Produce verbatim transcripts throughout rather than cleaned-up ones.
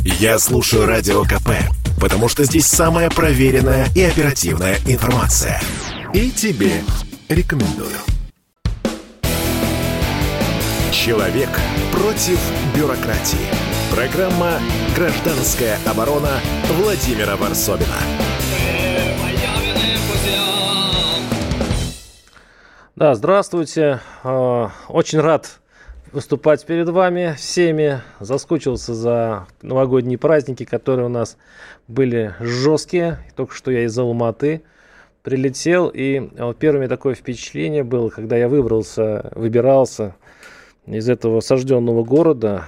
Я слушаю Радио КП, потому что здесь самая проверенная и оперативная информация. И тебе рекомендую. Человек против бюрократии. Программа «Гражданская оборона» Владимира Варсобина. Да, здравствуйте. Очень рад выступать перед вами всеми. Заскучился за новогодние праздники, которые у нас были жесткие. Только что я из Алматы прилетел, и вот первое такое впечатление было, когда я выбрался, выбирался из этого осажденного города,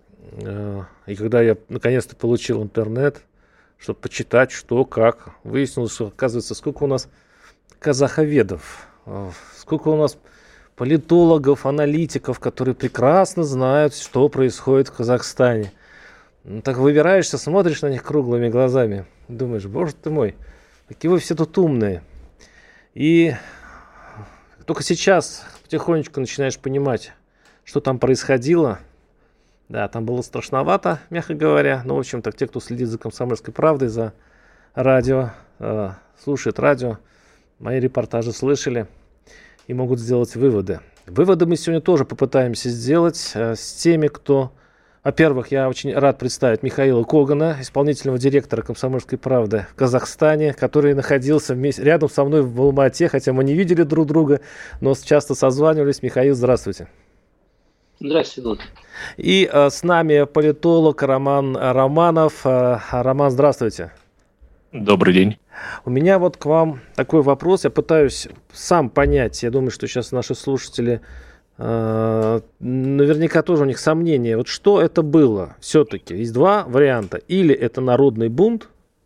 и когда я наконец-то получил интернет, чтобы почитать, что, как. Выяснилось, что, оказывается, сколько у нас казаховедов, сколько у нас политологов, аналитиков, которые прекрасно знают, что происходит в Казахстане. Ну, так выбираешься, смотришь на них круглыми глазами, думаешь, боже ты мой, какие вы все тут умные. И только сейчас потихонечку начинаешь понимать, что там происходило. Да, там было страшновато, мягко говоря. Но, в общем-то, те, кто следит за «Комсомольской правдой», за радио, э, слушает радио, мои репортажи слышали и могут сделать выводы. Выводы мы сегодня тоже попытаемся сделать э, с теми, кто... Во-первых, я очень рад представить Михаила Когана, исполнительного директора «Комсомольской правды» в Казахстане, который находился вместе, рядом со мной в Алмате, хотя мы не видели друг друга, но часто созванивались. Михаил, здравствуйте. Здравствуйте, Влад. И э, с нами политолог Роман Романов. Э, Роман, здравствуйте. Добрый день. У меня вот к вам такой вопрос. Я пытаюсь сам понять. Я думаю, что сейчас наши слушатели э, наверняка тоже у них сомнения. Вот что это было все-таки? Есть два варианта. Или это народный бунт,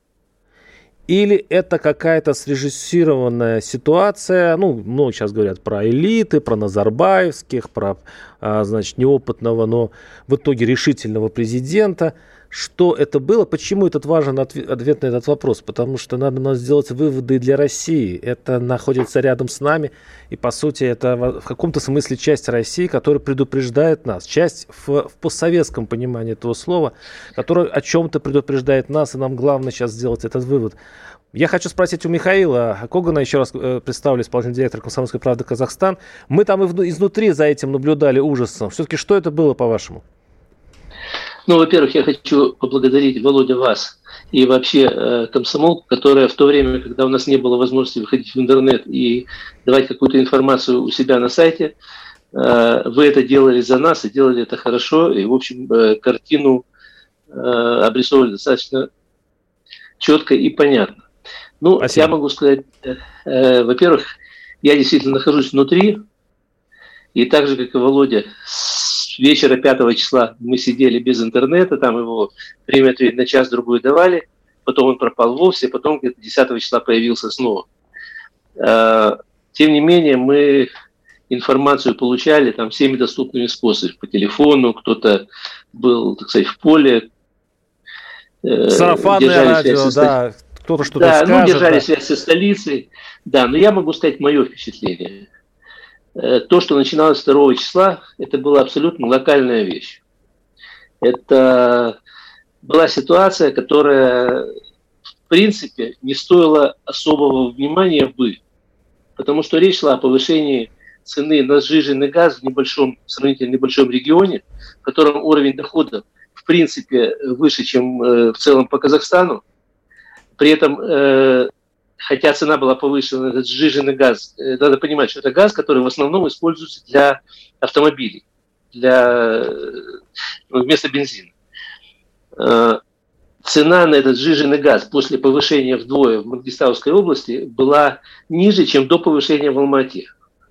или это какая-то срежиссированная ситуация, ну, много сейчас говорят про элиты, про назарбаевских, про, а, значит, неопытного, но в итоге решительного президента. Что это было? Почему этот важен ответ, ответ на этот вопрос? Потому что надо нам сделать выводы для России. Это находится рядом с нами, и, по сути, это в каком-то смысле часть России, которая предупреждает нас. Часть в, в постсоветском понимании этого слова, которая о чем-то предупреждает нас, и нам главное сейчас сделать этот вывод. Я хочу спросить у Михаила Когана, еще раз э, представлю, исполнительный директор «Комсомольской правды» Казахстан. Мы там и в, изнутри за этим наблюдали ужасом. Все-таки что это было, по-вашему? Ну, во-первых, я хочу поблагодарить, Володя, вас и вообще э, комсомолку, которая в то время, когда у нас не было возможности выходить в интернет и давать какую-то информацию у себя на сайте, э, вы это делали за нас и делали это хорошо. И, в общем, э, картину э, обрисовывали достаточно четко и понятно. Ну, Спасибо. Я могу сказать, э, э, во-первых, я действительно нахожусь внутри, и так же, как и Володя, с вечера пятого числа мы сидели без интернета, там его время от времени на час-другой давали, потом он пропал вовсе, потом где-то десятого числа появился снова. Тем не менее, мы информацию получали там всеми доступными способами, по телефону, кто-то был, так сказать, в поле. Сарафанное радио, со... да, кто-то что-то да, скажет. Ну, держали да. связь со столицей, да, но я могу сказать мое впечатление. То, что начиналось второго числа, это была абсолютно локальная вещь. Это была ситуация, которая, в принципе, не стоила особого внимания бы, потому что речь шла о повышении цены на сжиженный газ в небольшом, сравнительно небольшом регионе, в котором уровень дохода, в принципе, выше, чем в целом по Казахстану. При этом хотя цена была повышена, этот сжиженный газ, надо понимать, что это газ, который в основном используется для автомобилей, для, ну, вместо бензина. Цена на этот сжиженный газ после повышения вдвое в Мангистауской области была ниже, чем до повышения в Алмате.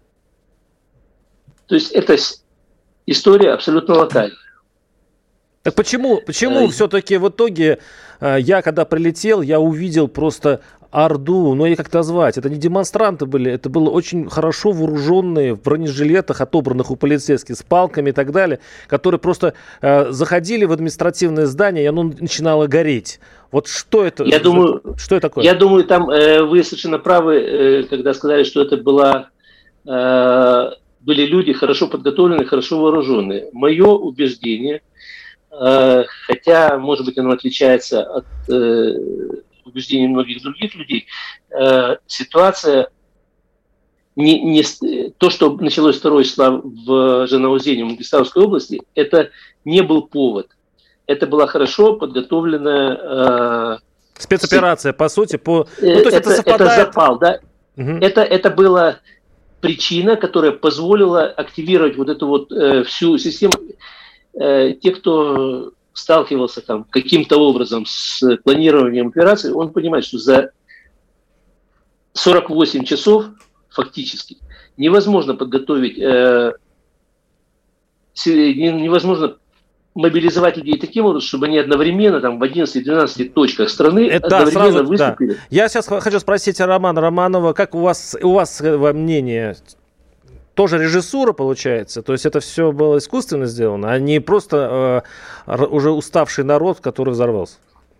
То есть это история абсолютно локальная. Так почему, почему все-таки в итоге я, когда прилетел, я увидел просто орду, ну и как назвать, это не демонстранты были, это было очень хорошо вооруженные в бронежилетах, отобранных у полицейских, с палками и так далее, которые просто э, заходили в административное здание, и оно начинало гореть. Вот что это? Я думаю, что это такое? Я думаю, там э, вы совершенно правы, э, когда сказали, что это была, э, были люди хорошо подготовленные, хорошо вооруженные. Мое убеждение, э, хотя хотя, может быть, оно отличается от э, убеждений многих других людей, э, ситуация, не, не, то, что началось второе числа в Жанаузене, в Мангистауской области, это не был повод. Это была хорошо подготовленная... Э, спецоперация, по сути. По... Ну, то есть это, это совпадает... это запал, да? Угу. Это, это была причина, которая позволила активировать вот эту вот э, всю систему. Э, те, кто сталкивался там каким-то образом с планированием операции, он понимает, что за сорок восемь часов фактически невозможно подготовить, э, невозможно мобилизовать людей таким образом, чтобы они одновременно там в одиннадцати-двенадцати точках страны это, одновременно сразу, выступили. Да. Я сейчас хочу спросить Романа Романова, как у вас, у вас мнение, тоже режиссура получается? То есть это все было искусственно сделано, а не просто э, уже уставший народ, который взорвался?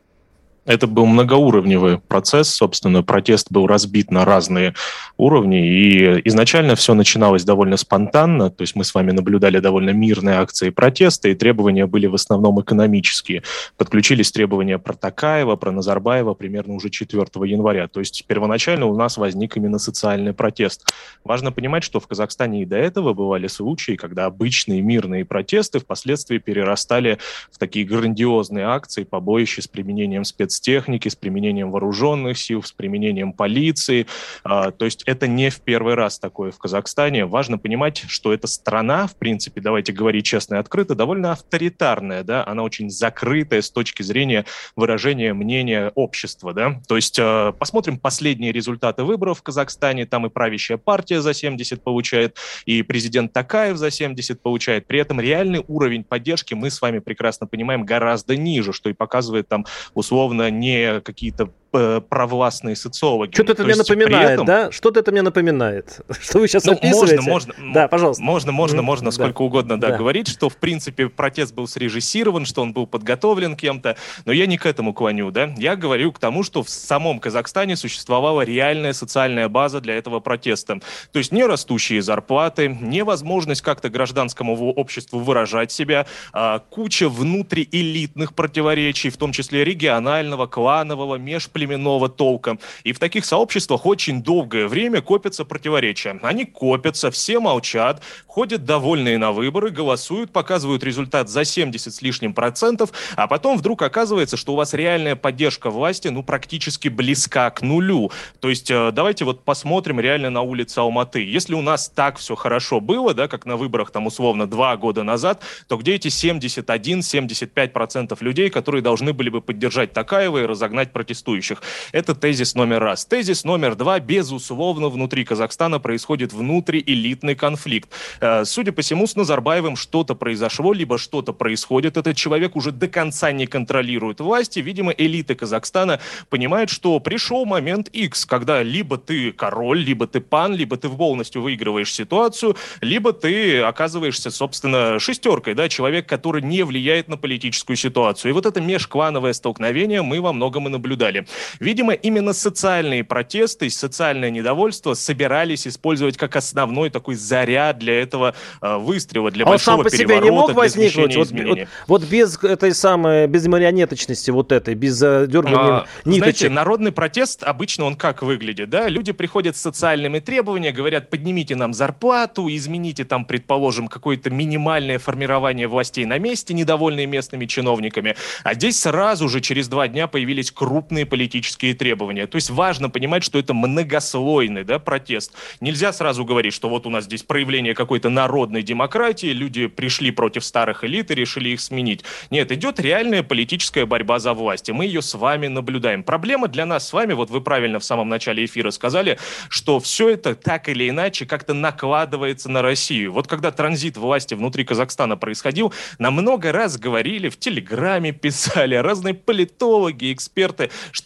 Это был многоуровневый процесс, собственно, протест был разбит на разные уровни, и изначально все начиналось довольно спонтанно, то есть мы с вами наблюдали довольно мирные акции протеста, и требования были в основном экономические. Подключились требования про Токаева, про Назарбаева примерно уже четвёртого января, то есть первоначально у нас возник именно социальный протест. Важно понимать, что в Казахстане и до этого бывали случаи, когда обычные мирные протесты впоследствии перерастали в такие грандиозные акции, побоища с применением спецтехники, техники, с применением вооруженных сил, с применением полиции. А, то есть это не в первый раз такое в Казахстане. Важно понимать, что эта страна, в принципе, давайте говорить честно и открыто, довольно авторитарная, да, она очень закрытая с точки зрения выражения мнения общества, да. То есть а, посмотрим последние результаты выборов в Казахстане, там и правящая партия за семьдесят получает, и президент Токаев за семьдесят получает. При этом реальный уровень поддержки, мы с вами прекрасно понимаем, гораздо ниже, что и показывает там условно не какие-то э, провластные социологи. Что-то это мне напоминает, этом... да? Что-то это мне напоминает. Что вы сейчас ну, описываете? Можно, можно. Да, пожалуйста. Можно, можно, mm-hmm. можно, сколько да. угодно да, да. говорить, что, в принципе, протест был срежиссирован, что он был подготовлен кем-то, но я не к этому клоню, да? Я говорю к тому, что в самом Казахстане существовала реальная социальная база для этого протеста. То есть не растущие зарплаты, невозможность как-то гражданскому обществу выражать себя, а, куча внутриэлитных противоречий, в том числе региональных, кланового, межплеменного толка. И в таких сообществах очень долгое время копятся противоречия. Они копятся, все молчат, ходят довольные на выборы, голосуют, показывают результат за семьдесят с лишним процентов, а потом вдруг оказывается, что у вас реальная поддержка власти, ну, практически близка к нулю. То есть давайте вот посмотрим реально на улице Алматы. Если у нас так все хорошо было, да, как на выборах там условно два года назад, то где эти семьдесят один - семьдесят пять процентов людей, которые должны были бы поддержать Токаева и разогнать протестующих? Это тезис номер раз. Тезис номер два. Безусловно, внутри Казахстана происходит внутриэлитный конфликт. Судя по всему, с Назарбаевым что-то произошло, либо что-то происходит. Этот человек уже до конца не контролирует власти. Видимо, элита Казахстана понимает, что пришел момент X, когда либо ты король, либо ты пан, либо ты полностью выигрываешь ситуацию, либо ты оказываешься, собственно, шестеркой, да, человек, который не влияет на политическую ситуацию. И вот это межклановое столкновение мы во многом и наблюдали. Видимо, именно социальные протесты, социальное недовольство собирались использовать как основной такой заряд для этого э, выстрела, для а большого он сам по переворота, себе не мог возникнуть? Вот, вот, вот без этой самой, без марионеточности вот этой, без дергания а, ниточек. Знаете, народный протест обычно он как выглядит, да? Люди приходят с социальными требованиями, говорят, поднимите нам зарплату, измените там, предположим, какое-то минимальное формирование властей на месте, недовольные местными чиновниками. А здесь сразу же через два дня появились крупные политические требования. То есть важно понимать, что это многослойный, да, протест. Нельзя сразу говорить, что вот у нас здесь проявление какой-то народной демократии, люди пришли против старых элит и решили их сменить. Нет, идет реальная политическая борьба за власть, и мы ее с вами наблюдаем. Проблема для нас с вами, вот вы правильно в самом начале эфира сказали, что все это так или иначе как-то накладывается на Россию. Вот когда транзит власти внутри Казахстана происходил, нам много раз говорили, в Телеграме писали, разные политологи, эксперты, что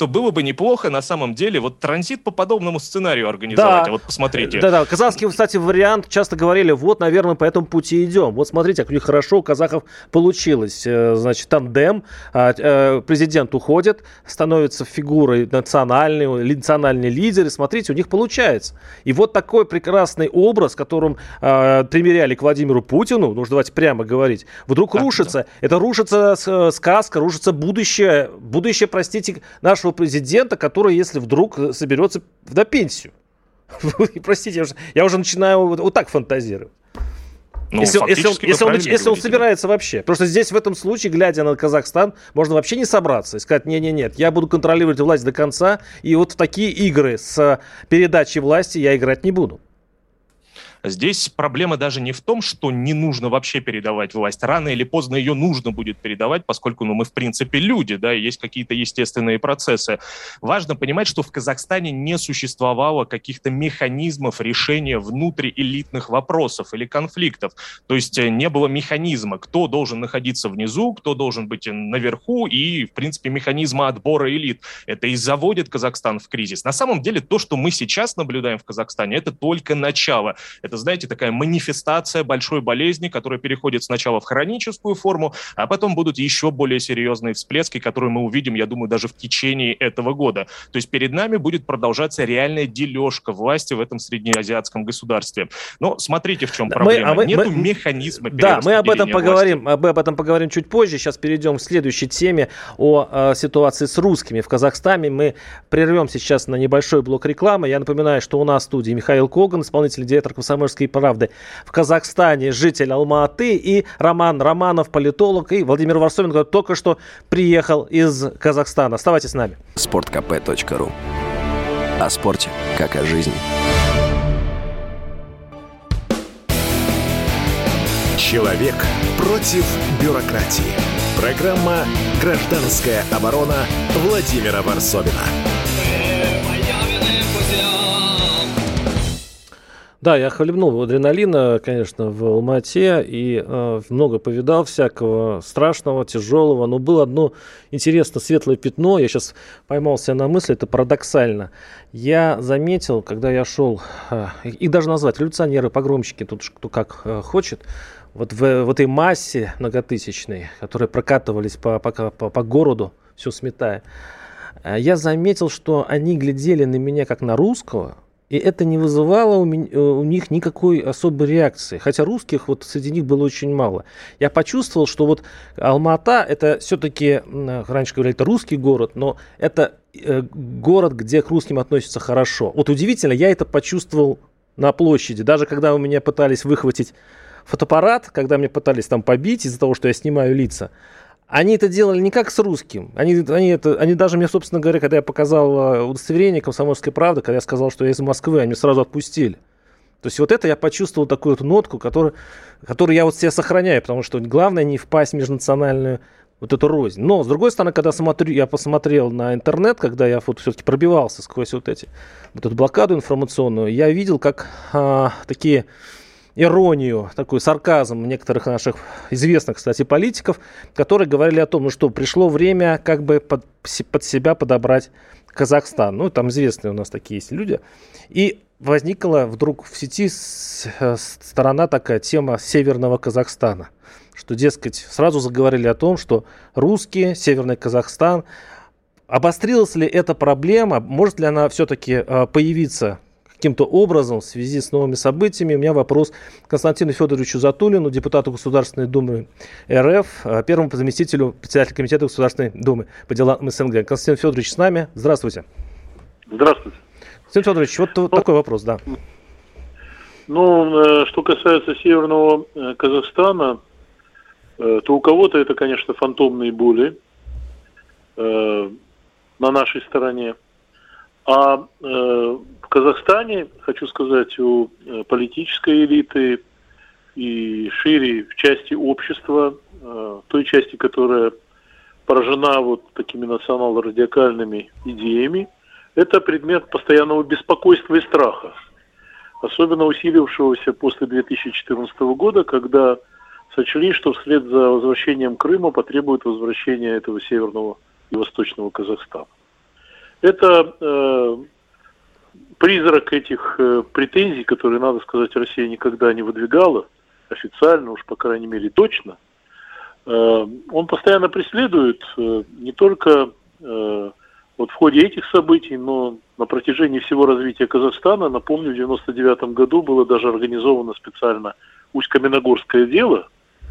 что было бы неплохо на самом деле вот транзит по подобному сценарию организовать. Да. А вот посмотрите. Да-да, казахский, кстати, вариант, часто говорили, вот, наверное, по этому пути идем. Вот смотрите, как у них хорошо у казахов получилось. Значит, тандем, президент уходит, становится фигурой национальной, национальный лидер, и смотрите, у них получается. И вот такой прекрасный образ, которым э, примеряли к Владимиру Путину, нужно давайте прямо говорить, вдруг так, рушится. Да. Это рушится сказка, рушится будущее, будущее, простите, нашего президента, который, если вдруг соберется на пенсию. Простите, я уже, я уже начинаю вот, вот так фантазировать. Ну, если, если, он, если, он, если он собирается вообще. Потому что здесь в этом случае, глядя на Казахстан, можно вообще не собраться и сказать, нет-нет-нет, я буду контролировать власть до конца, и вот в такие игры с передачей власти я играть не буду. Здесь проблема даже не в том, что не нужно вообще передавать власть. Рано или поздно ее нужно будет передавать, поскольку ну, мы, в принципе, люди, да, и есть какие-то естественные процессы. Важно понимать, что в Казахстане не существовало каких-то механизмов решения внутриэлитных вопросов или конфликтов. То есть не было механизма, кто должен находиться внизу, кто должен быть наверху, и, в принципе, механизма отбора элит. Это и заводит Казахстан в кризис. На самом деле, то, что мы сейчас наблюдаем в Казахстане, это только начало. Это, знаете, такая манифестация большой болезни, которая переходит сначала в хроническую форму, а потом будут еще более серьезные всплески, которые мы увидим, я думаю, даже в течение этого года. То есть перед нами будет продолжаться реальная дележка власти в этом среднеазиатском государстве. Но смотрите, в чем проблема. Мы, а мы, Нету мы, механизма перераспределения Да, мы об этом поговорим, власти. об этом поговорим чуть позже. Сейчас перейдем к следующей теме о, о ситуации с русскими в Казахстане. Мы прервем сейчас на небольшой блок рекламы. Я напоминаю, что у нас в студии Михаил Коган, исполнительный директор «Комсомольской правды» в Казахстане, житель Алма-Аты, и Роман Романов, политолог, и Владимир Варсобин, который только что приехал из Казахстана. Оставайтесь с нами. спорт кэ пэ точка ру. О спорте, как о жизни. Человек против бюрократии. Программа «Гражданская оборона» Владимира Варсобина. Да, я хлебнул адреналина, конечно, в Алма-Ате и э, много повидал всякого страшного, тяжелого. Но было одно интересно светлое пятно. Я сейчас поймался на мысли, это парадоксально. Я заметил, когда я шел, э, их даже назвать революционеры, погромщики, тут кто как э, хочет, вот в, в этой массе многотысячной, которые прокатывались по, по, по, по городу, все сметая, э, я заметил, что они глядели на меня как на русского. И это не вызывало у, меня, у них никакой особой реакции. Хотя русских вот среди них было очень мало. Я почувствовал, что вот Алма-Ата это все-таки, раньше говорили, это русский город, но это э, город, где к русским относятся хорошо. Вот удивительно, я это почувствовал на площади. Даже когда у меня пытались выхватить фотоаппарат, когда меня пытались там побить из-за того, что я снимаю лица, они это делали не как с русским. Они, они, это, они даже мне, собственно говоря, когда я показал удостоверение «Комсомольской правды», когда я сказал, что я из Москвы, они меня сразу отпустили. То есть вот это я почувствовал такую вот нотку, которую, которую я вот себе сохраняю, потому что главное не впасть в межнациональную вот эту рознь. Но, с другой стороны, когда смотрю, я посмотрел на интернет, когда я вот все-таки пробивался сквозь вот эти, вот эту блокаду информационную, я видел, как а, такие... иронию, такой сарказм некоторых наших известных, кстати, политиков, которые говорили о том, ну что, пришло время как бы под, под себя подобрать Казахстан. Ну, там известные у нас такие есть люди. И возникла вдруг в сети сторона такая, тема Северного Казахстана. Что, дескать, сразу заговорили о том, что русские, Северный Казахстан. Обострилась ли эта проблема? Может ли она все-таки появиться каким-то образом в связи с новыми событиями? У меня вопрос к Константину Федоровичу Затулину, депутату Государственной Думы эр эф, первому заместителю председателя комитета Государственной Думы по делам СНГ. Константин Федорович с нами. Здравствуйте. Здравствуйте. Константин Федорович, вот, вот ну, такой вопрос, да. Ну, что касается Северного Казахстана, то у кого-то это, конечно, фантомные боли на нашей стороне. А э, в Казахстане, хочу сказать, у политической элиты и шире в части общества, э, той части, которая поражена вот такими национал-радикальными идеями, это предмет постоянного беспокойства и страха, особенно усилившегося после две тысячи четырнадцатого года, когда сочли, что вслед за возвращением Крыма потребуют возвращения этого северного и восточного Казахстана. Это э, призрак этих э, претензий, которые, надо сказать, Россия никогда не выдвигала, официально уж, по крайней мере, точно. Э, он постоянно преследует э, не только э, вот в ходе этих событий, но на протяжении всего развития Казахстана. Напомню, в девяносто девятом году было даже организовано специально Усть-Каменогорское дело,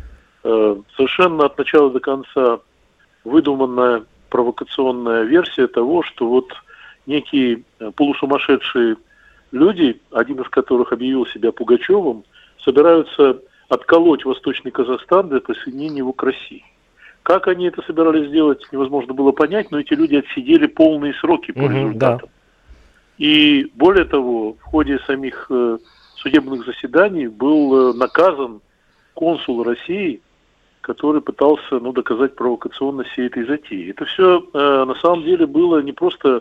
э, совершенно от начала до конца выдуманная провокационная версия того, что вот некие полусумасшедшие люди, один из которых объявил себя Пугачевым, собираются отколоть Восточный Казахстан для присоединения его к России. Как они это собирались сделать, невозможно было понять, но эти люди отсидели полные сроки по Mm-hmm, результатам. да. И более того, в ходе самих э, судебных заседаний был э, наказан консул России, который пытался, ну, доказать провокационность всей этой затеи. Это все э, на самом деле было не просто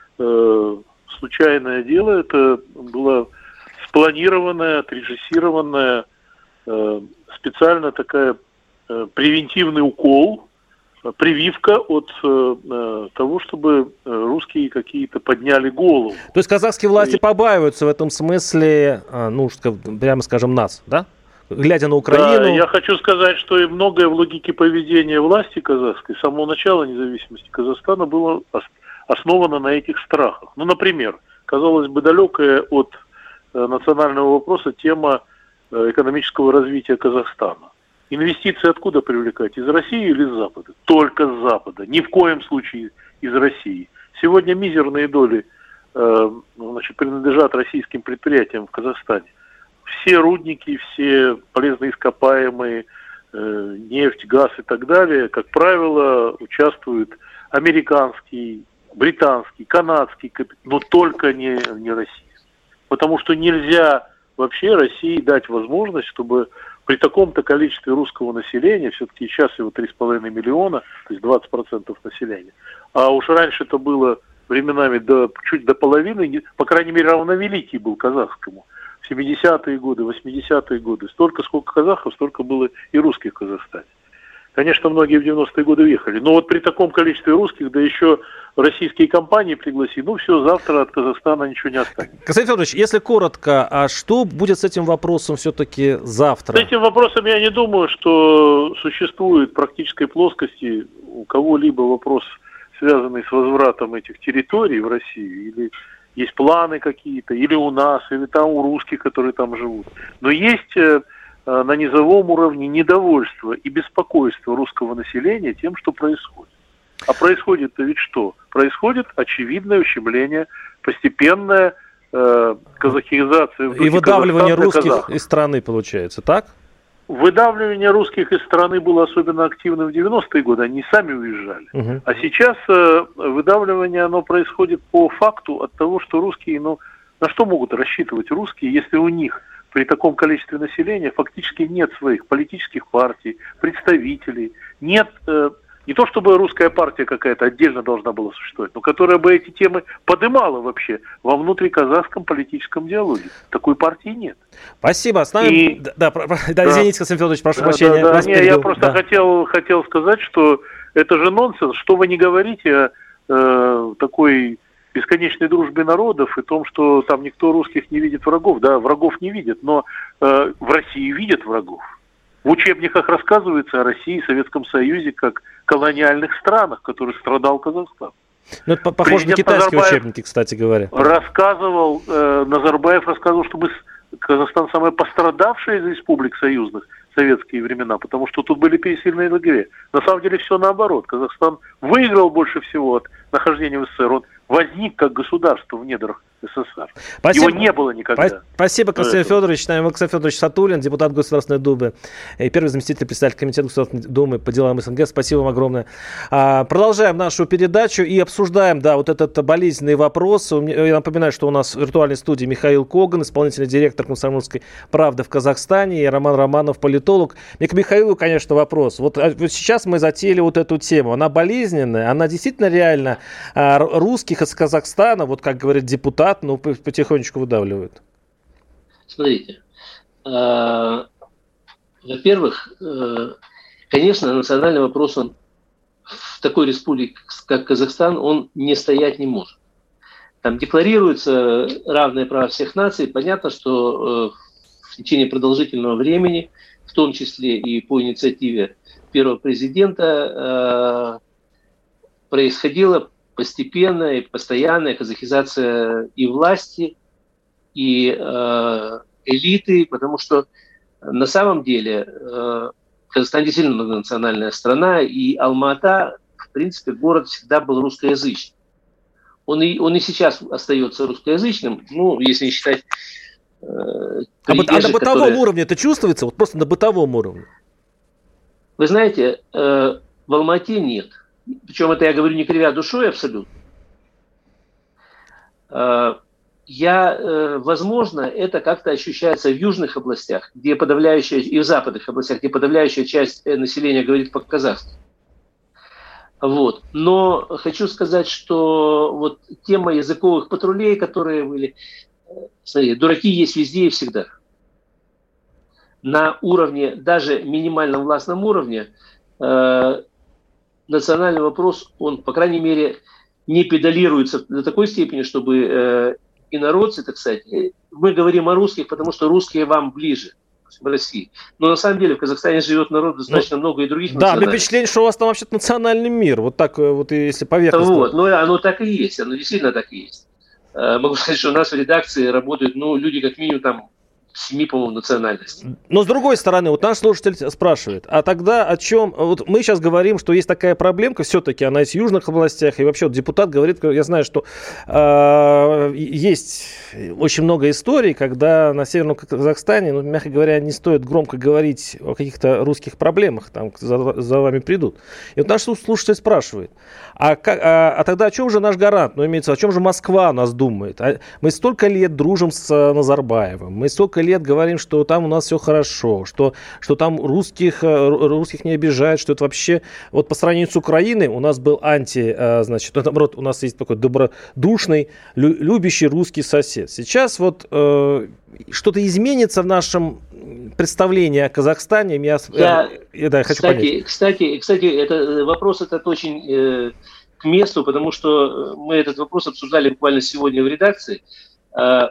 э, случайное дело, это было спланированное, отрежиссированное, э, специально такая э, превентивный укол, прививка от э, того, чтобы русские какие-то подняли голову. То есть казахские власти побаиваются в этом смысле, ну, прямо скажем, нас, да? Глядя на Украину. Да, я хочу сказать, что и многое в логике поведения власти казахской с самого начала независимости Казахстана было основано на этих страхах. Ну, например, казалось бы, далекая от э, национального вопроса тема э, экономического развития Казахстана. Инвестиции откуда привлекать? Из России или из Запада? Только с Запада. Ни в коем случае из России. Сегодня мизерные доли э, значит, принадлежат российским предприятиям в Казахстане. Все рудники, все полезные ископаемые, э, нефть, газ и так далее, как правило, участвуют американский, британский, канадский капитал, но только не, не Россия. Потому что нельзя вообще России дать возможность, чтобы при таком-то количестве русского населения, все-таки сейчас его три с половиной миллиона, то есть двадцать процентов населения, а уж раньше это было временами до, чуть до половины, по крайней мере, равновеликий был казахскому. В семидесятые годы, восьмидесятые годы, столько, сколько казахов, столько было и русских в Казахстане. Конечно, многие в девяностые годы уехали, но вот при таком количестве русских, да еще российские компании пригласи, ну все, завтра от Казахстана ничего не останется. Константин Федорович, если коротко, а что будет с этим вопросом все-таки завтра? С этим вопросом я не думаю, что существует в практической плоскости у кого-либо вопрос, связанный с возвратом этих территорий в Россию, или есть планы какие-то, или у нас, или там у русских, которые там живут. Но есть э, на низовом уровне недовольство и беспокойство русского населения тем, что происходит. А происходит-то ведь что? Происходит очевидное ущемление, постепенная э, казахизация. И выдавливание русских казахов из страны, получается, так? Выдавливание русских из страны было особенно активным в девяностые годы, они сами уезжали. Угу. А сейчас э, выдавливание, оно происходит по факту от того, что русские, ну, на что могут рассчитывать русские, если у них при таком количестве населения фактически нет своих политических партий, представителей, нет, э, не то чтобы русская партия какая-то отдельно должна была существовать, но которая бы эти темы подымала вообще во внутриказахском политическом диалоге. Такой партии нет. Спасибо. С нами... И... Да, да, да, да, извините, Константин Федорович, прошу да, прощения. Да, да, не, я просто да. хотел, хотел сказать, что это же нонсенс. Что вы не говорите о э, такой бесконечной дружбе народов и том, что там никто русских не видит врагов. Да, врагов не видит, но э, в России видят врагов. В учебниках рассказывается о России и Советском Союзе как колониальных странах, в которых страдал Казахстан. Ну, это похоже на китайские Назарбаев учебники, кстати говоря. Рассказывал, э, Назарбаев рассказывал, что мы, Казахстан самая пострадавшая из республик союзных в советские времена, потому что тут были пересильные лагеря. На самом деле все наоборот. Казахстан выиграл больше всего от нахождения в СССР. Он возник как государство в недрах СССР. Спасибо. Его не было никогда. Спасибо, Константин Федорович. С нами Константин Федорович Сатулин, депутат Государственной Думы и первый заместитель председателя комитета Государственной Думы по делам СНГ. Спасибо вам огромное. Продолжаем нашу передачу и обсуждаем, да, вот этот болезненный вопрос. Я напоминаю, что у нас в виртуальной студии Михаил Коган, исполнительный директор «Комсомольской правды» в Казахстане, и Роман Романов, политолог. И к Михаилу, конечно, вопрос. Вот, вот сейчас мы затеяли вот эту тему. Она болезненная, она действительно реально русских из Казахстана, вот как говорит депутат, ну, потихонечку выдавливают. Смотрите, э, во-первых, э, конечно, национальный вопрос, он в такой республике, как Казахстан, он не стоять не может. Там декларируется равное право всех наций. Понятно, что в течение продолжительного времени, в том числе и по инициативе первого президента, происходила постепенная и постоянная казахизация и власти, и элиты, потому что на самом деле Казахстан действительно многонациональная страна, и Алма-Ата, в принципе, город всегда был русскоязычным. Он и, он и сейчас остается русскоязычным, ну, если не считать... Э, а, а на бытовом которые... уровне это чувствуется? Вот просто на бытовом уровне? Вы знаете, э, в Алма-Ате нет. Причем это я говорю не кривя душой абсолютно. Э, я, э, возможно, это как-то ощущается в южных областях, где подавляющая, и в западных областях, где подавляющая часть населения говорит по-казахски. Вот. Но хочу сказать, что вот тема языковых патрулей, которые были... Смотрите, дураки есть везде и всегда. На уровне, даже минимальном властном уровне, э, национальный вопрос, он, по крайней мере, не педалируется до такой степени, чтобы э, инородцы, так сказать... Мы говорим о русских, потому что русские вам ближе. В России. Но на самом деле в Казахстане живет народ достаточно ну, много и других да, мне впечатление, что у вас там вообще-то национальный мир. Вот так вот, если поверхностно. Вот, ну оно так и есть, оно действительно так и есть. Могу сказать, что у нас в редакции работают, ну, люди как минимум там семи, по-моему, национальностей. Но с другой стороны, вот наш слушатель спрашивает, а тогда о чем... Вот мы сейчас говорим, что есть такая проблемка, все-таки она есть в южных областях, и вообще вот депутат говорит, я знаю, что э, есть очень много историй, когда на Северном Казахстане, ну, мягко говоря, не стоит громко говорить о каких-то русских проблемах, там за, за вами придут. И вот наш слушатель спрашивает, а, как, а, а тогда о чем же наш гарант? Ну, имеется, о чем же Москва о нас думает? А мы столько лет дружим с Назарбаевым, мы столько лет говорим, что там у нас все хорошо, что, что там русских, русских не обижают, что это вообще... Вот по сравнению с Украиной у нас был анти... Значит, наоборот, у нас есть такой добродушный, любящий русский сосед. Сейчас вот э, что-то изменится в нашем представлении о Казахстане. Я, я, я, да, хочу кстати, понять. Кстати, кстати это, вопрос этот очень э, к месту, потому что мы этот вопрос обсуждали буквально сегодня в редакции. Э,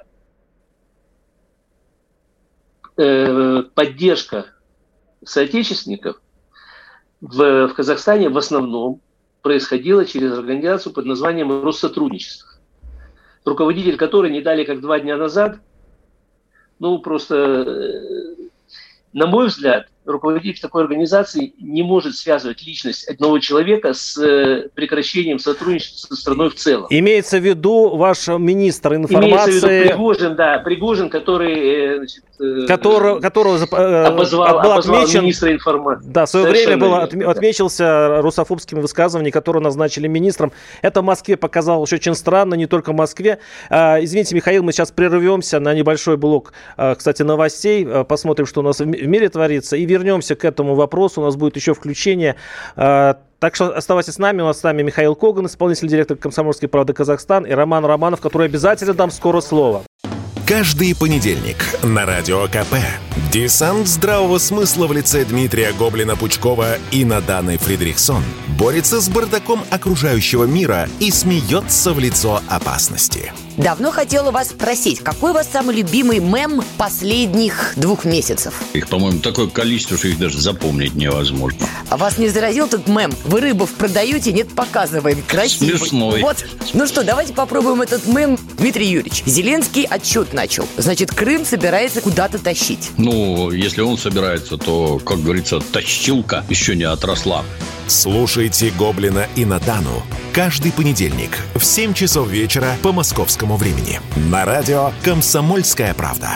поддержка соотечественников в, в Казахстане в основном происходила через организацию под названием Россотрудничество, руководитель которой не дали как два дня назад, ну просто, на мой взгляд, руководитель такой организации не может связывать личность одного человека с прекращением сотрудничества со страной в целом. Имеется в виду ваш министр информации... Имеется в виду Пригожин, да, Пригожин, который... Значит, Который, которого обозвал, был обозвал отмечен, министра информации. Да, в свое Совершенно время был верно, отме, да. отмечился русофобскими высказываниями, которые назначили министром. Это в Москве показалось очень странно, не только в Москве. А, извините, Михаил, мы сейчас прервемся на небольшой блок, а, кстати, новостей. А, посмотрим, что у нас в мире творится. И вернемся к этому вопросу. У нас будет еще включение. А, так что оставайтесь с нами. У нас с нами Михаил Коган, исполнительный директор «Комсомольской правды» Казахстан, и Роман Романов, который обязательно дам скоро слово. Каждый понедельник на Радио КП десант здравого смысла в лице Дмитрия Гоблина-Пучкова и Наданы Фридрихсон борется с бардаком окружающего мира и смеется в лицо опасности. Давно хотела вас спросить, какой у вас самый любимый мем последних двух месяцев? Их, по-моему, такое количество, что их даже запомнить невозможно. А вас не заразил этот мем? Вы рыбов продаете? Нет, показываем. Красивый. Смешной. Вот. Ну что, давайте попробуем этот мем. Дмитрий Юрьевич, Зеленский отчет начал. Значит, Крым собирается куда-то тащить. Ну, если он собирается, то, как говорится, тащилка еще не отросла. Слушайте Гоблина и Надану каждый понедельник в семь часов вечера по московскому времени на радио «Комсомольская правда».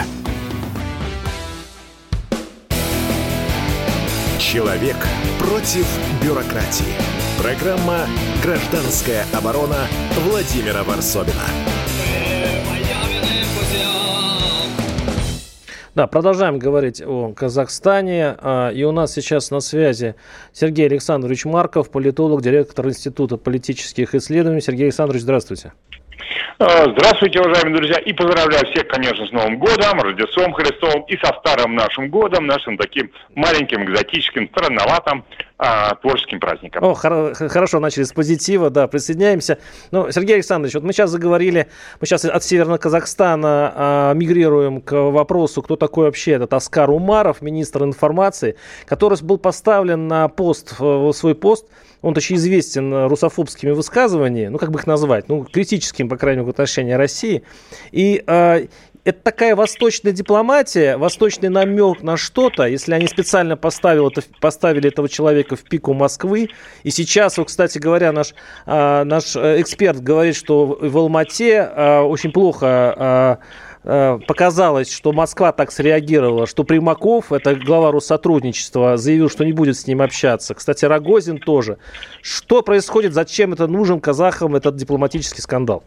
Человек против бюрократии. Программа «Гражданская оборона» Владимира Варсобина. Да, продолжаем говорить о Казахстане. И у нас сейчас на связи Сергей Александрович Марков, политолог, директор Института политических исследований. Сергей Александрович, здравствуйте. Здравствуйте, уважаемые друзья, и поздравляю всех, конечно, с Новым годом, Рождеством Христовым и со старым нашим годом, нашим таким маленьким, экзотическим, странноватым а, творческим праздником. О, хор- хорошо, начали с позитива, да, присоединяемся. Ну, Сергей Александрович, вот мы сейчас заговорили, мы сейчас от Северного Казахстана а, мигрируем к вопросу, кто такой вообще этот Аскар Умаров, министр информации, который был поставлен на пост, в свой пост. Он еще известен русофобскими высказываниями, ну, как бы их назвать, ну, критическим, по крайней мере, в отношении России. И э, это такая восточная дипломатия, восточный намек на что-то, если они специально поставили, это, поставили этого человека в пику Москвы. И сейчас, вот, кстати говоря, наш, э, наш эксперт говорит, что в Алмате э, очень плохо... Э, показалось, что Москва так среагировала, что Примаков, это глава Россотрудничества, заявил, что не будет с ним общаться. Кстати, Рогозин тоже. Что происходит, зачем это нужен казахам, этот дипломатический скандал?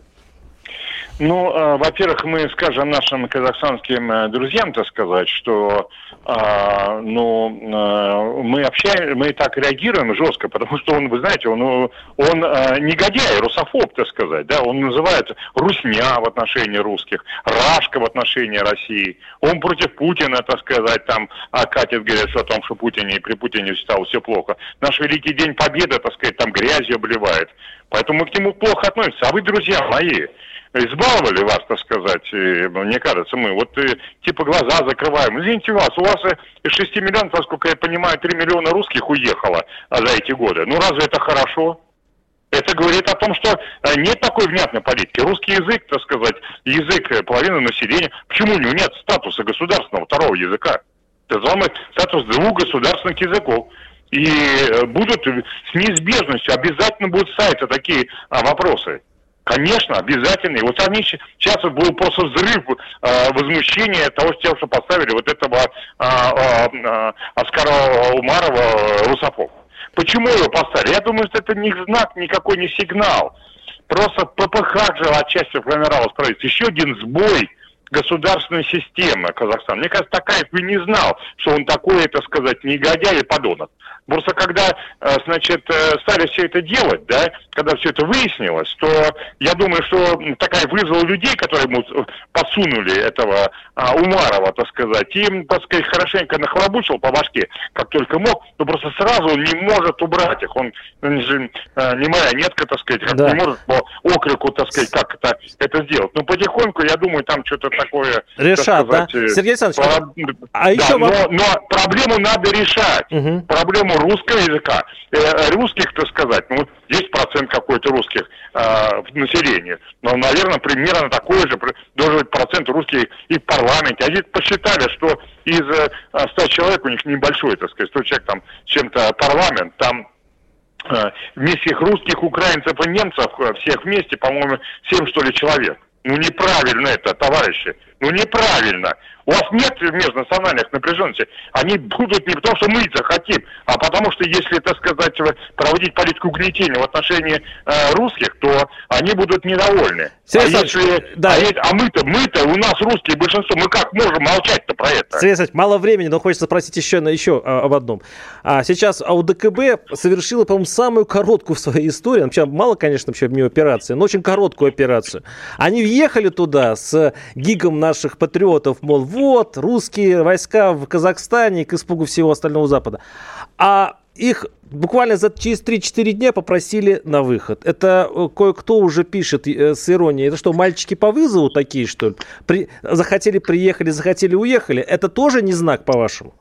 Ну, э, во-первых, мы скажем нашим казахстанским э, друзьям, так сказать, что э, ну, э, мы общаемся, мы так реагируем жестко, потому что он, вы знаете, он, он э, негодяй, русофоб, так сказать, да, он называет русня в отношении русских, рашка в отношении России, он против Путина, так сказать, там а катит, говорят, о том, что Путине и при Путине стало все плохо. Наш великий день Победы, так сказать, там грязью обливает, поэтому мы к нему плохо относимся. А вы, друзья мои, избаловали вас, так сказать, и, мне кажется, мы вот и, типа глаза закрываем. Извините вас, у вас из шести миллионов, насколько я понимаю, три миллиона русских уехало за эти годы. Ну разве это хорошо? Это говорит о том, что нет такой внятной политики. Русский язык, так сказать, язык половины населения. Почему у него нет статуса государственного второго языка? Это самый статус двух государственных языков. И будут с неизбежностью, обязательно будут ставиться такие а, вопросы. Конечно, обязательно. И вот они сейчас был просто взрыв э, возмущения того, что поставили вот этого э, э, Аскара Умарова русофоб. Почему его поставили? Я думаю, что это не знак, никакой не сигнал. Просто ППХ же отчасти формировалось правительство. Еще один сбой государственной системы Казахстана. Мне кажется, Такаев и не знал, что он такой, так сказать, негодяй и подонок. Просто когда, значит, стали все это делать, да, когда все это выяснилось, то я думаю, что Такаев вызвал людей, которые ему подсунули этого а, Умарова, так сказать, и им, так сказать, хорошенько нахлобучил по башке, как только мог, но просто сразу он не может убрать их. Он, он же а, не марионетка, так сказать, как да. не может по окрику, так сказать, как это, это сделать. Но потихоньку, я думаю, там что-то такое... Решат, да? Сергей Александрович, про... а да, еще... Но, но проблему надо решать. Угу. Проблему русского языка, э, русских, так сказать, ну, есть процент какой-то русских э, в населении, но, наверное, примерно такой же должен быть процент русских и в парламенте. Они посчитали, что из э, ста человек, у них небольшой, так сказать, сто человек там чем-то парламент, там э, вместе их русских, украинцев и немцев, всех вместе, по-моему, семь, что ли, человек. Ну, неправильно это, товарищи, ну, неправильно. У вас нет межнациональных напряженностей. Они будут не потому, что мы это хотим, а потому что если, так сказать, проводить политику угнетения в отношении э, русских, то они будут недовольны. А, если, да. а, а мы-то, мы-то, у нас русские большинство, мы как можем молчать-то про это? Сергей Александрович, мало времени, но хочется спросить еще, еще об одном. А сейчас ОДКБ совершила, по-моему, самую короткую в своей истории, вообще мало, конечно, вообще в нее операции, но очень короткую операцию. Они въехали туда с гигом наших патриотов, мол, вот, русские войска в Казахстане к испугу всего остального Запада. А их буквально за, через три-четыре дня попросили на выход. Это кое-кто уже пишет э, с иронией. Это что, мальчики по вызову такие, что ли? При, захотели, приехали, захотели, уехали. Это тоже не знак, по-вашему?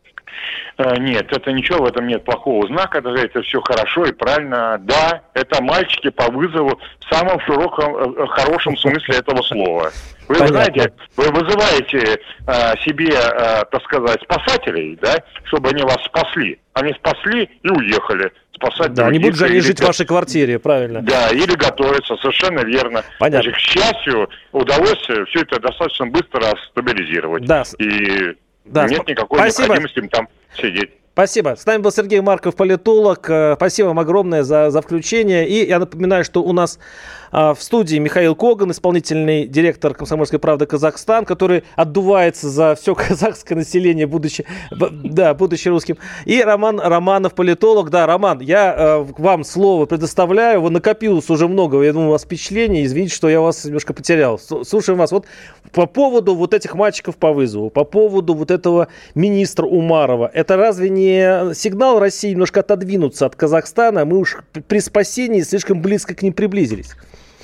Нет, это ничего, в этом нет плохого знака, это, это все хорошо и правильно. Да, это мальчики по вызову в самом широком, хорошем смысле этого слова. Вы Понятно. знаете, вы вызываете а, себе, а, так сказать, спасателей, да, чтобы они вас спасли. Они спасли и уехали. Спасать да, они будут же они жить в вашей квартире, правильно? Да, или готовиться, совершенно верно. Понятно. Значит, к счастью, удалось все это достаточно быстро стабилизировать. Да. И... Да, нет никакой спасибо. необходимости им там сидеть. Спасибо. С нами был Сергей Марков, политолог. Спасибо вам огромное за, за включение. И я напоминаю, что у нас а, в студии Михаил Коган, исполнительный директор «Комсомольской правды» Казахстан, который отдувается за все казахское население, будучи, да, будучи русским. И Роман Романов, политолог. Да, Роман, я а, вам слово предоставляю. Вы накопилось уже много, я думаю, у вас впечатлений. Извините, что я вас немножко потерял. Слушаем вас. Вот по поводу вот этих мальчиков по вызову, по поводу вот этого министра Умарова. Это разве не сигнал России немножко отодвинуться от Казахстана? Мы уж при спасении слишком близко к ним приблизились.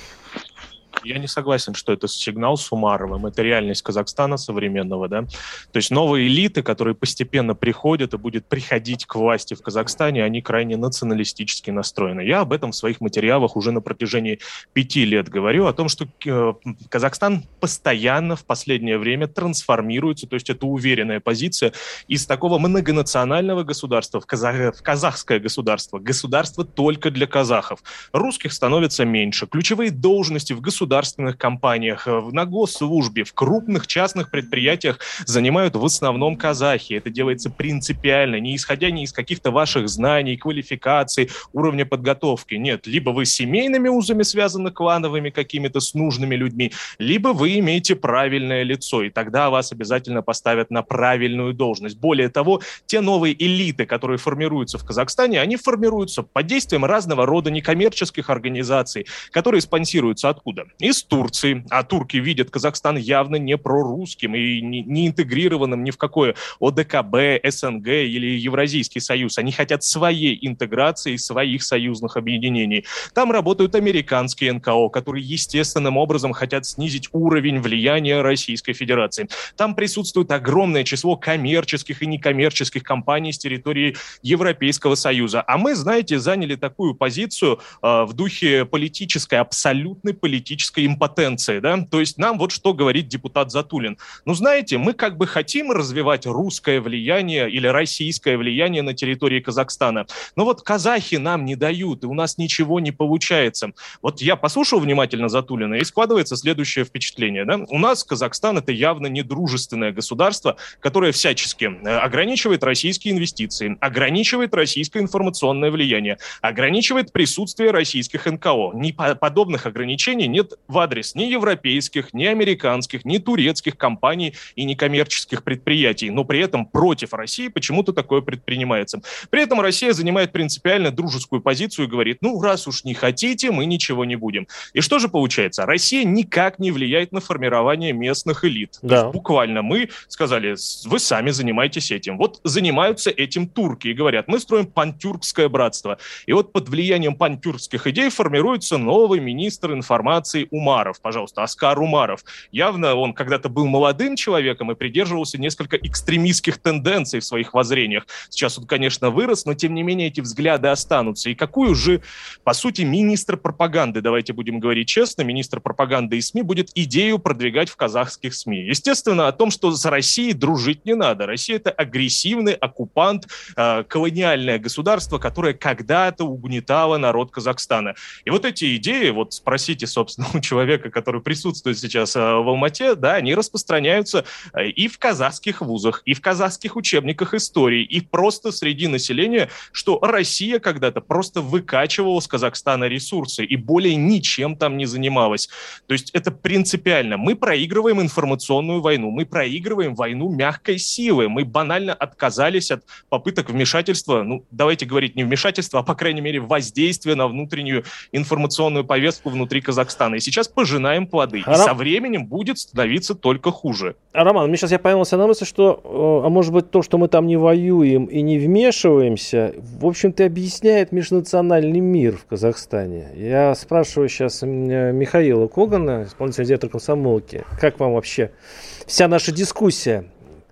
Я не согласен, что это сигнал с Умаровым. Это реальность Казахстана современного, да. То есть новые элиты, которые постепенно приходят и будут приходить к власти в Казахстане, они крайне националистически настроены. Я об этом в своих материалах уже на протяжении пяти лет говорю, о том, что Казахстан постоянно в последнее время трансформируется, то есть это уверенная позиция из такого многонационального государства в, казах... в казахское государство, государство только для казахов. Русских становится меньше. Ключевые должности в государстве государственных компаниях, на госслужбе, в крупных частных предприятиях занимают в основном казахи. Это делается принципиально, не исходя ни из каких-то ваших знаний, квалификаций, уровня подготовки. Нет, либо вы семейными узами связаны, клановыми какими-то с нужными людьми, либо вы имеете правильное лицо, и тогда вас обязательно поставят на правильную должность. Более того, те новые элиты, которые формируются в Казахстане, они формируются под действием разного рода некоммерческих организаций, которые спонсируются откуда? Из Турции, а турки видят Казахстан явно не прорусским и не, не интегрированным ни в какое ОДКБ, СНГ или Евразийский союз. Они хотят своей интеграции, своих союзных объединений. Там работают американские эн ка о, которые естественным образом хотят снизить уровень влияния Российской Федерации. Там присутствует огромное число коммерческих и некоммерческих компаний с территории Европейского Союза. А мы, знаете, заняли такую позицию э, в духе политической, абсолютной политической импотенции, да, то есть нам вот что говорит депутат Затулин. Ну, знаете, мы как бы хотим развивать русское влияние или российское влияние на территории Казахстана, но вот казахи нам не дают, и у нас ничего не получается. Вот я послушал внимательно Затулина, и складывается следующее впечатление, да, у нас Казахстан — это явно недружественное государство, которое всячески ограничивает российские инвестиции, ограничивает российское информационное влияние, ограничивает присутствие российских эн ка о. Ни подобных ограничений нет в адрес ни европейских, ни американских, ни турецких компаний и некоммерческих предприятий. Но при этом против России почему-то такое предпринимается. При этом Россия занимает принципиально дружескую позицию и говорит, ну, раз уж не хотите, мы ничего не будем. И что же получается? Россия никак не влияет на формирование местных элит. Да. То есть буквально мы сказали, вы сами занимаетесь этим. Вот занимаются этим турки и говорят, мы строим пантюркское братство. И вот под влиянием пантюркских идей формируется новый министр информации Умаров, пожалуйста, Оскар Умаров. Явно он когда-то был молодым человеком и придерживался несколько экстремистских тенденций в своих воззрениях. Сейчас он, конечно, вырос, но тем не менее эти взгляды останутся. И какую же, по сути, министр пропаганды, давайте будем говорить честно, министр пропаганды и СМИ будет идею продвигать в казахских СМИ? Естественно, о том, что с Россией дружить не надо. Россия — это агрессивный оккупант, э, колониальное государство, которое когда-то угнетало народ Казахстана. И вот эти идеи, вот спросите, собственно, у человека, который присутствует сейчас в Алмате, да, они распространяются и в казахских вузах, и в казахских учебниках истории, и просто среди населения, что Россия когда-то просто выкачивала с Казахстана ресурсы и более ничем там не занималась. То есть это принципиально. Мы проигрываем информационную войну, мы проигрываем войну мягкой силы, мы банально отказались от попыток вмешательства, ну, давайте говорить не вмешательства, а, по крайней мере, воздействия на внутреннюю информационную повестку внутри Казахстана. И сейчас пожинаем плоды. И со временем будет становиться только хуже. А, Роман, мне сейчас я поймался на мысли, что, а может быть, то, что мы там не воюем и не вмешиваемся, в общем-то, объясняет межнациональный мир в Казахстане. Я спрашиваю сейчас Михаила Когана, исполнительного директора «Комсомолки». Как вам вообще вся наша дискуссия?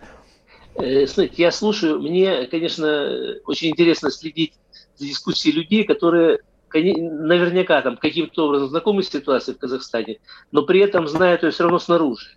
Смотрите, я слушаю, мне, конечно, очень интересно следить за дискуссией людей, которые наверняка там каким-то образом знакомы с ситуацией в Казахстане, но при этом знают ее все равно снаружи.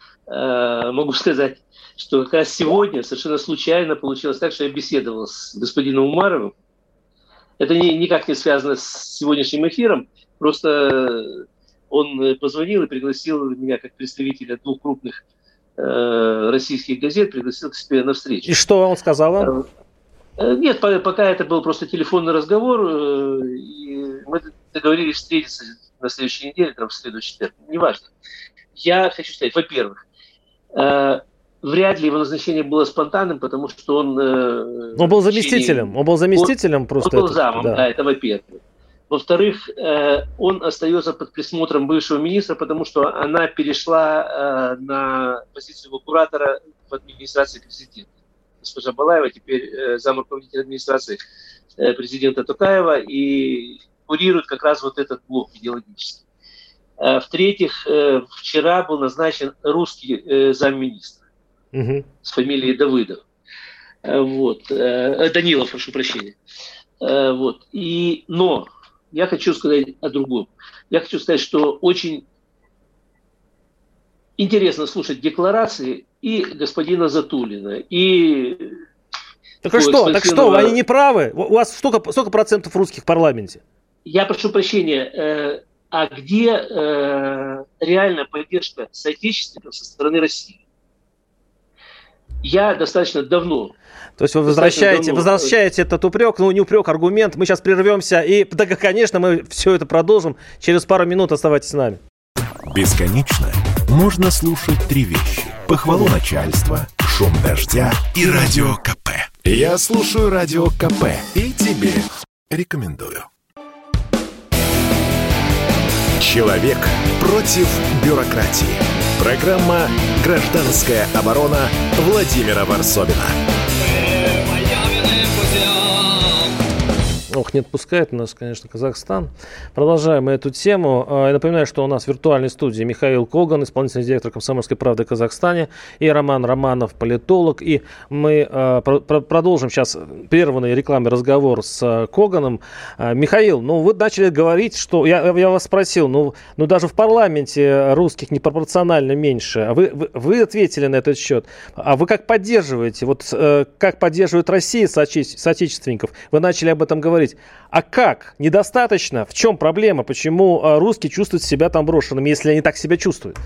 Э, могу сказать, что как раз сегодня совершенно случайно получилось так, что я беседовал с господином Умаровым. Это не, никак не связано с сегодняшним эфиром, просто он позвонил и пригласил меня как представителя двух крупных э, российских газет, пригласил к себе на встречу. И что он сказал? Нет, пока это был просто телефонный разговор, и мы договорились встретиться на следующей неделе, там, в следующий четверг, неважно. Я хочу сказать, во-первых, вряд ли его назначение было спонтанным, потому что он... Он был заместителем, он был заместителем он, просто. Он был это, замом, да. да, это во-первых. Во-вторых, он остается под присмотром бывшего министра, потому что она перешла на позицию его куратора в администрации президента. Госпожа Балаева теперь зам руководителя администрации президента Токаева и курирует как раз вот этот блок идеологический. В-третьих, вчера был назначен русский замминистра угу. с фамилией Давыдов. Вот. Данилов, прошу прощения. Вот. И, но я хочу сказать о другом. Я хочу сказать, что очень интересно слушать декларации и господина Затулина, и... Так а что, так что, они не правы? У вас столько, столько процентов русских в парламенте? Я прошу прощения, э, а где э, реальная поддержка соотечественников со стороны России? Я достаточно давно... То есть вы возвращаете, возвращаете этот упрек, ну не упрек, аргумент. Мы сейчас прервемся и, да, конечно, мы все это продолжим. Через пару минут оставайтесь с нами. Бесконечно можно слушать три вещи. Похвалу начальства, шум дождя и радио КП. Я слушаю радио КП и тебе рекомендую. Человек против бюрократии. Программа «Гражданская оборона» Владимира Варсобина. Ох, не отпускает нас, конечно, Казахстан. Продолжаем эту тему. Я напоминаю, что у нас в виртуальной студии Михаил Коган, исполнительный директор «Комсомольской правды» в Казахстане, и Роман Романов, политолог. И мы э, про- продолжим сейчас прерванный рекламный разговор с э, Коганом. Э, Михаил, ну вы начали говорить, что... Я, я вас спросил, ну, ну даже в парламенте русских непропорционально меньше. А вы, вы, вы ответили на этот счет. А вы как поддерживаете? Вот э, как поддерживает Россия соотече- соотечественников? Вы начали об этом говорить. А как? Недостаточно? В чем проблема? Почему а, русские чувствуют себя там брошенными, если они так себя чувствуют?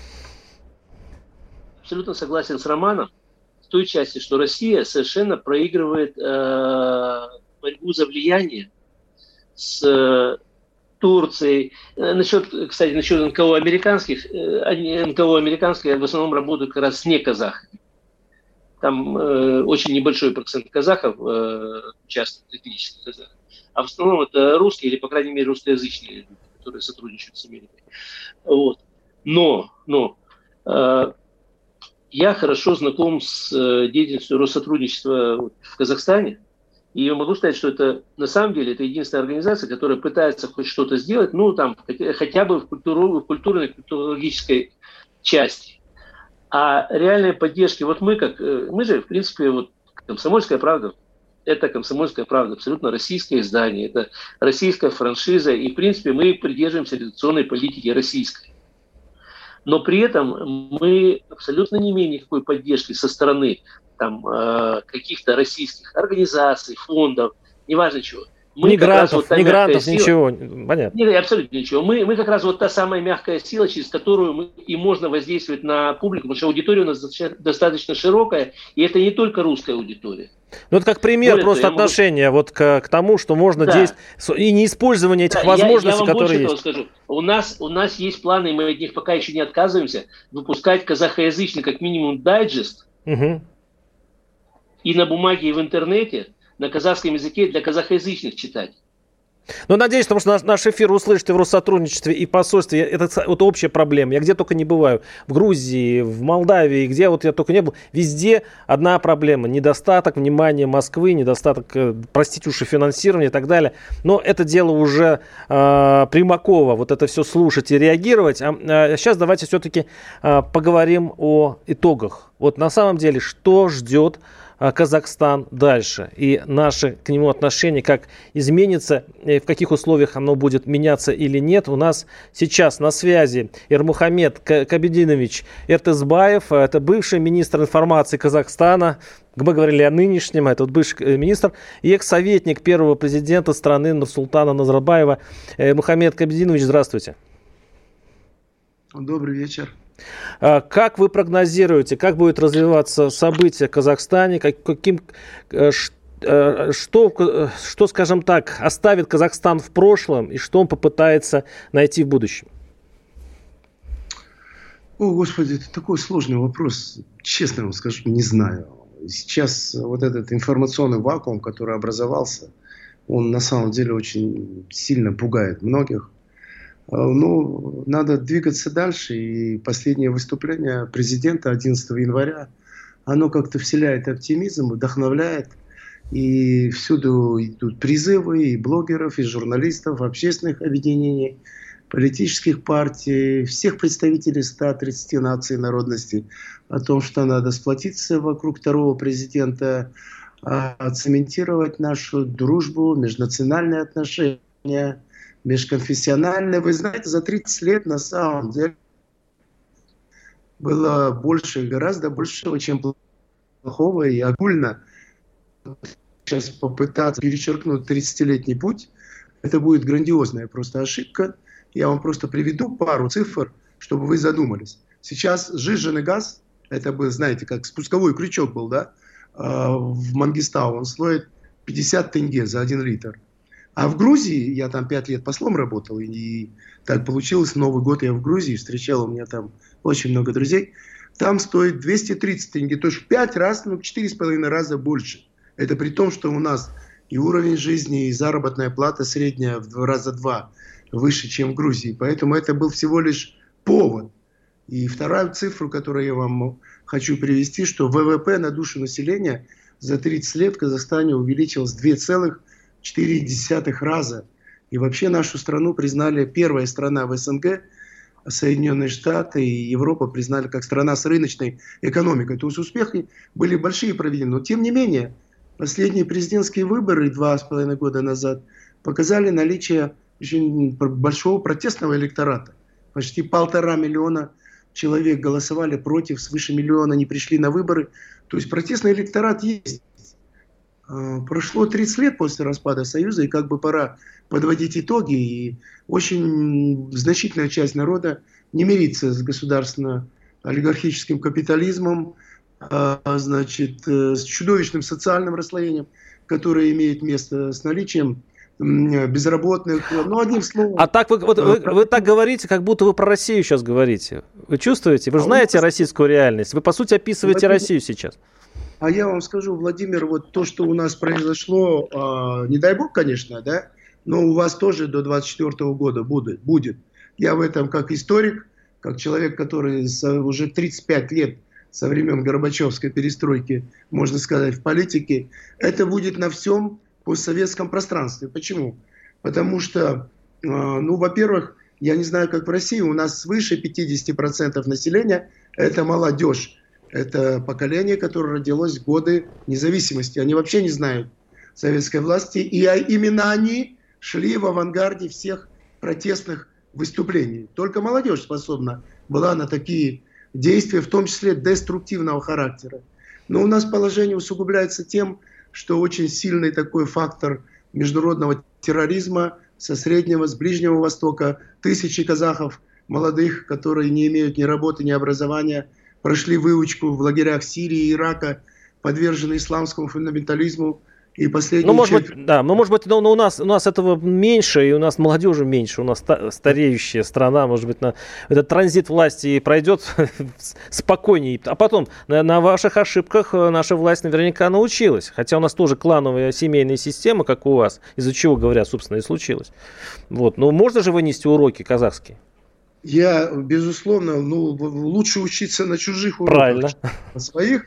Абсолютно согласен с Романом в той части, что Россия совершенно проигрывает э, борьбу за влияние с э, Турцией. Насчет, кстати, насчет эн ка о американских, э, эн ка о американские в основном работают как раз с не казахами. Там э, очень небольшой процент казахов э, участвует, этнических казахов. А в основном это русские, или, по крайней мере, русскоязычные люди, которые сотрудничают с Америкой. Вот. Но, но э, я хорошо знаком с э, деятельностью Россотрудничества в Казахстане. И я могу сказать, что это на самом деле это единственная организация, которая пытается хоть что-то сделать, ну, там, хотя бы в, культуру, в культурной, культурологической части. А реальной поддержки, вот мы как, мы же, в принципе, вот «Комсомольская правда», это «Комсомольская правда», абсолютно российское издание, это российская франшиза, и, в принципе, мы придерживаемся редакционной политики российской. Но при этом мы абсолютно не имеем никакой поддержки со стороны там, каких-то российских организаций, фондов, неважно чего. Мы мигрантов, вот мигрантов ничего, понятно. Нет, абсолютно ничего. Мы, мы как раз вот та самая мягкая сила, через которую мы, и можно воздействовать на публику, потому что аудитория у нас достаточно широкая, и это не только русская аудитория. Ну, это как пример Более просто отношения могу... вот к, к тому, что можно да. действовать, и неиспользование этих да, возможностей, я, я вам которые есть. Скажу. У нас, у нас есть планы, и мы от них пока еще не отказываемся, выпускать казахоязычный, как минимум, дайджест, угу. и на бумаге, и в интернете, на казахском языке для казахоязычных читать. Ну, надеюсь, потому что наш, наш эфир услышите в Россотрудничестве и посольстве. Это вот общая проблема. Я где только не бываю. В Грузии, в Молдавии, где вот я только не был. Везде одна проблема. Недостаток внимания Москвы, недостаток, простите уж, и финансирования и так далее. Но это дело уже э, Примакова. Вот это все слушать и реагировать. А, а сейчас давайте все-таки э, поговорим о итогах. Вот на самом деле, что ждет Казахстан дальше и наше к нему отношение, как изменится, в каких условиях оно будет меняться или нет. У нас сейчас на связи Эрмухамед Кабидинович Эртезбаев, это бывший министр информации Казахстана, мы говорили о нынешнем, это вот бывший министр, и экс-советник первого президента страны Нурсултана Назарбаева. Эрмухамед Кабидинович, здравствуйте. Добрый вечер. Как вы прогнозируете, как будет развиваться события в Казахстане, как, каким, что, что, скажем так, оставит Казахстан в прошлом и что он попытается найти в будущем? О, Господи, это такой сложный вопрос. Честно вам скажу, не знаю. Сейчас вот этот информационный вакуум, который образовался, он на самом деле очень сильно пугает многих. Ну, надо двигаться дальше. И последнее выступление президента одиннадцатого января, оно как-то вселяет оптимизм, вдохновляет. И всюду идут призывы и блогеров, и журналистов, общественных объединений, политических партий, всех представителей ста тридцати наций и народностей о том, что надо сплотиться вокруг второго президента, оцементировать нашу дружбу, межнациональные отношения, межконфессиональные. Вы знаете, за тридцать лет на самом деле было больше, гораздо большего, чем плохого, и огульно сейчас попытаться перечеркнуть тридцатилетний путь, это будет грандиозная просто ошибка. Я вам просто приведу пару цифр, чтобы вы задумались. Сейчас сжиженный газ, это был, знаете, как спусковой крючок был, да, в Мангистау, он стоит пятьдесят тенге за один литр. А в Грузии, я там пять лет послом работал, и так получилось, Новый год я в Грузии встречал, у меня там очень много друзей, там стоит двести тридцать тенге, то есть в пять раз, ну, четыре с половиной раза больше. Это при том, что у нас и уровень жизни, и заработная плата средняя в два раза два выше, чем в Грузии. Поэтому это был всего лишь повод. И вторая цифра, которую я вам хочу привести, что ВВП на душу населения за тридцать лет в Казахстане увеличилось в два целых четыре десятых раза. И вообще нашу страну признали, первая страна в СНГ, Соединенные Штаты и Европа признали как страна с рыночной экономикой. То есть успехи были большие проведены. Но тем не менее, последние президентские выборы два с половиной года назад показали наличие очень большого протестного электората. Почти полтора миллиона человек голосовали против, свыше миллиона не пришли на выборы. То есть протестный электорат есть. Прошло тридцать лет после распада Союза, и как бы пора подводить итоги. И очень значительная часть народа не мирится с государственно-олигархическим капитализмом, значит, с чудовищным социальным расслоением, которое имеет место, с наличием безработных, ну, одним словом. А так вы, вот, вы, вы так говорите, как будто вы про Россию сейчас говорите. Вы чувствуете? Вы же знаете российскую реальность. Вы, по сути, описываете Владимир, Россию сейчас. А я вам скажу, Владимир, вот то, что у нас произошло, э, не дай бог, конечно, да, но у вас тоже до двадцать четвёртого года будет, будет. Я в этом как историк, как человек, который за уже тридцать пять лет со времен Горбачевской перестройки, можно сказать, в политике, это будет на всем постсоветском пространстве. Почему? Потому что, э, ну, во-первых, я не знаю, как в России, у нас свыше пятьдесят процентов населения – это молодежь. Это поколение, которое родилось в годы независимости. Они вообще не знают советской власти. И именно они шли в авангарде всех протестных выступлений. Только молодежь способна была на такие действия, в том числе деструктивного характера. Но у нас положение усугубляется тем, что очень сильный такой фактор международного терроризма со Среднего, с Ближнего Востока. Тысячи казахов молодых, которые не имеют ни работы, ни образования, прошли выучку в лагерях Сирии и Ирака, подвержены исламскому фундаментализму. И последний ну, может быть, да, но, может быть, но, но у, нас, у нас этого меньше, и у нас молодежи меньше, у нас стареющая страна, может быть, на этот транзит власти пройдет спокойнее. А потом, на, на ваших ошибках наша власть наверняка научилась. Хотя у нас тоже клановая семейная система, как у вас, из-за чего, говорят, собственно, и случилось. Вот. Но можно же вынести уроки казахские? Я, безусловно, ну, лучше учиться на чужих уроках, правильно, на своих.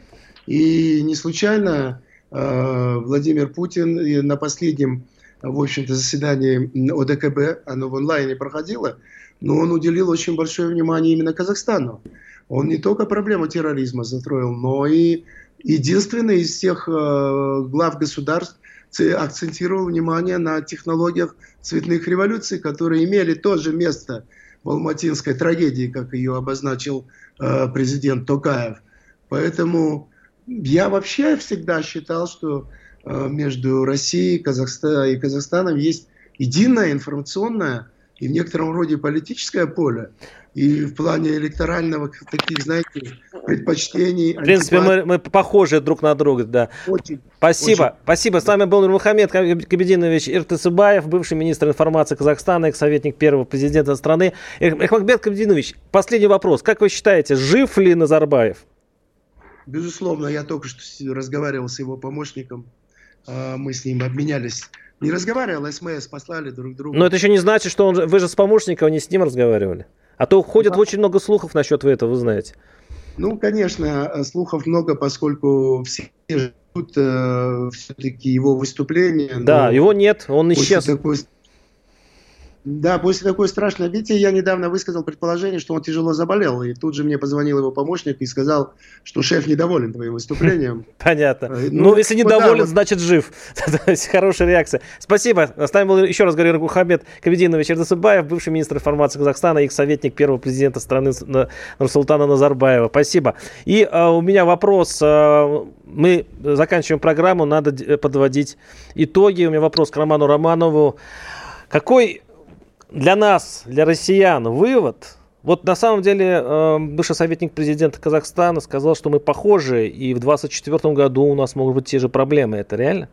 И не случайно э, Владимир Путин на последнем, в общем-то, заседании ОДКБ, оно в онлайне проходило, но он уделил очень большое внимание именно Казахстану. Он не только проблему терроризма затроил, но и единственный из всех э, глав государств акцентировал внимание на технологиях цветных революций, которые имели тоже место в алматинской трагедии, как ее обозначил э, президент Токаев. Поэтому я вообще всегда считал, что э, между Россией Казахстан, и Казахстаном есть единая информационная и в некотором роде политическое поле, и в плане электорального таких, знаете, предпочтений. В принципе, мы, мы похожи друг на друга, да. Очень. Спасибо. Очень. Спасибо. С вами был Нурмухамед Кабидинович Эртысыбаев, бывший министр информации Казахстана, экс-советник первого президента страны. Эркмакбек Кабидинович, последний вопрос. Как вы считаете, жив ли Назарбаев? Безусловно, я только что разговаривал с его помощником. Мы с ним обменялись. Не разговаривал, СМС послали друг другу. Но это еще не значит, что он, вы же с помощником, не с ним разговаривали. А то ходит да. очень много слухов насчет этого, вы знаете. Ну, конечно, слухов много, поскольку все ждут э, все-таки его выступления. Да, его нет, он исчез. Такой... Да, после такой страшной... Видите, я недавно высказал предположение, что он тяжело заболел, и тут же мне позвонил его помощник и сказал, что шеф недоволен твоим выступлением. Понятно. Ну, ну если недоволен, да, значит жив. Хорошая реакция. Спасибо. С нами был, еще раз говорю, Эркмухамед Кабидинович Эртысыбаев, бывший министр информации Казахстана и экс-советник первого президента страны Нурсултана Назарбаева. Спасибо. И а, у меня вопрос. А, мы заканчиваем программу, надо подводить итоги. У меня вопрос к Роману Романову. Какой... Для нас, для россиян, вывод. Вот на самом деле бывший советник президента Казахстана сказал, что мы похожи, и в двадцать четвёртом году у нас могут быть те же проблемы. Это реально?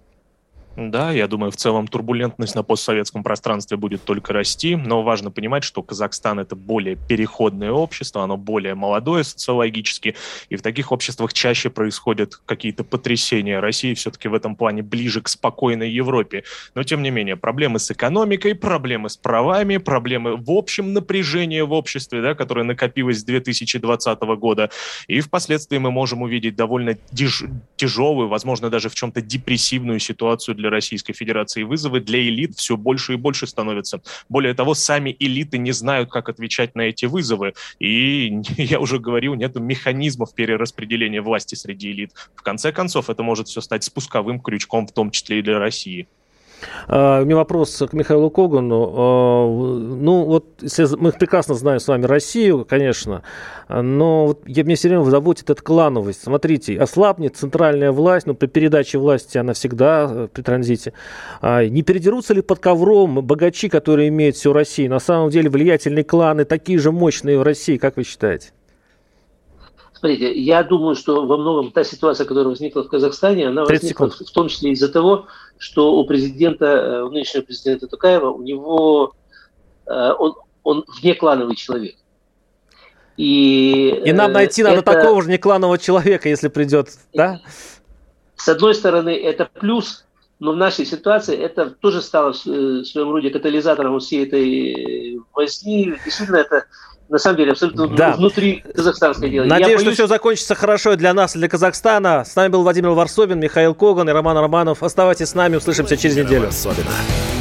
Да, я думаю, в целом турбулентность на постсоветском пространстве будет только расти, но важно понимать, что Казахстан — это более переходное общество, оно более молодое социологически, и в таких обществах чаще происходят какие-то потрясения. Россия все-таки в этом плане ближе к спокойной Европе. Но, тем не менее, проблемы с экономикой, проблемы с правами, проблемы в общем напряжении в обществе, да, которое накопилось с две тысячи двадцатого года, и впоследствии мы можем увидеть довольно тяж- тяжелую, возможно, даже в чем-то депрессивную ситуацию для для Российской Федерации. Вызовы для элит все больше и больше становятся. Более того, сами элиты не знают, как отвечать на эти вызовы. И, я уже говорил, нет механизмов перераспределения власти среди элит. В конце концов, это может все стать спусковым крючком, в том числе и для России. Uh, у меня вопрос к Михаилу Когану. Uh, ну, вот если мы прекрасно знаем с вами Россию, конечно, но вот я, мне все время заботит эта клановость. Смотрите, ослабнет центральная власть, но при передаче власти она всегда при транзите. Uh, не передерутся ли под ковром богачи, которые имеют всю Россию? На самом деле влиятельные кланы такие же мощные в России, как вы считаете? Смотрите, я думаю, что во многом та ситуация, которая возникла в Казахстане, она возникла в том числе из-за того, что у президента, у нынешнего президента Токаева, у него он, он внеклановый человек. И, и нам найти это... надо такого же некланового человека, если придет, да? С одной стороны, это плюс, но в нашей ситуации это тоже стало в своем роде катализатором всей этой возни. Действительно, это на самом деле абсолютно да. внутри казахстанское дело. Надеюсь, боюсь... что все закончится хорошо для нас и для Казахстана. С нами был Владимир Варсобин, Михаил Коган и Роман Романов. Оставайтесь с нами, услышимся через неделю. Особенно.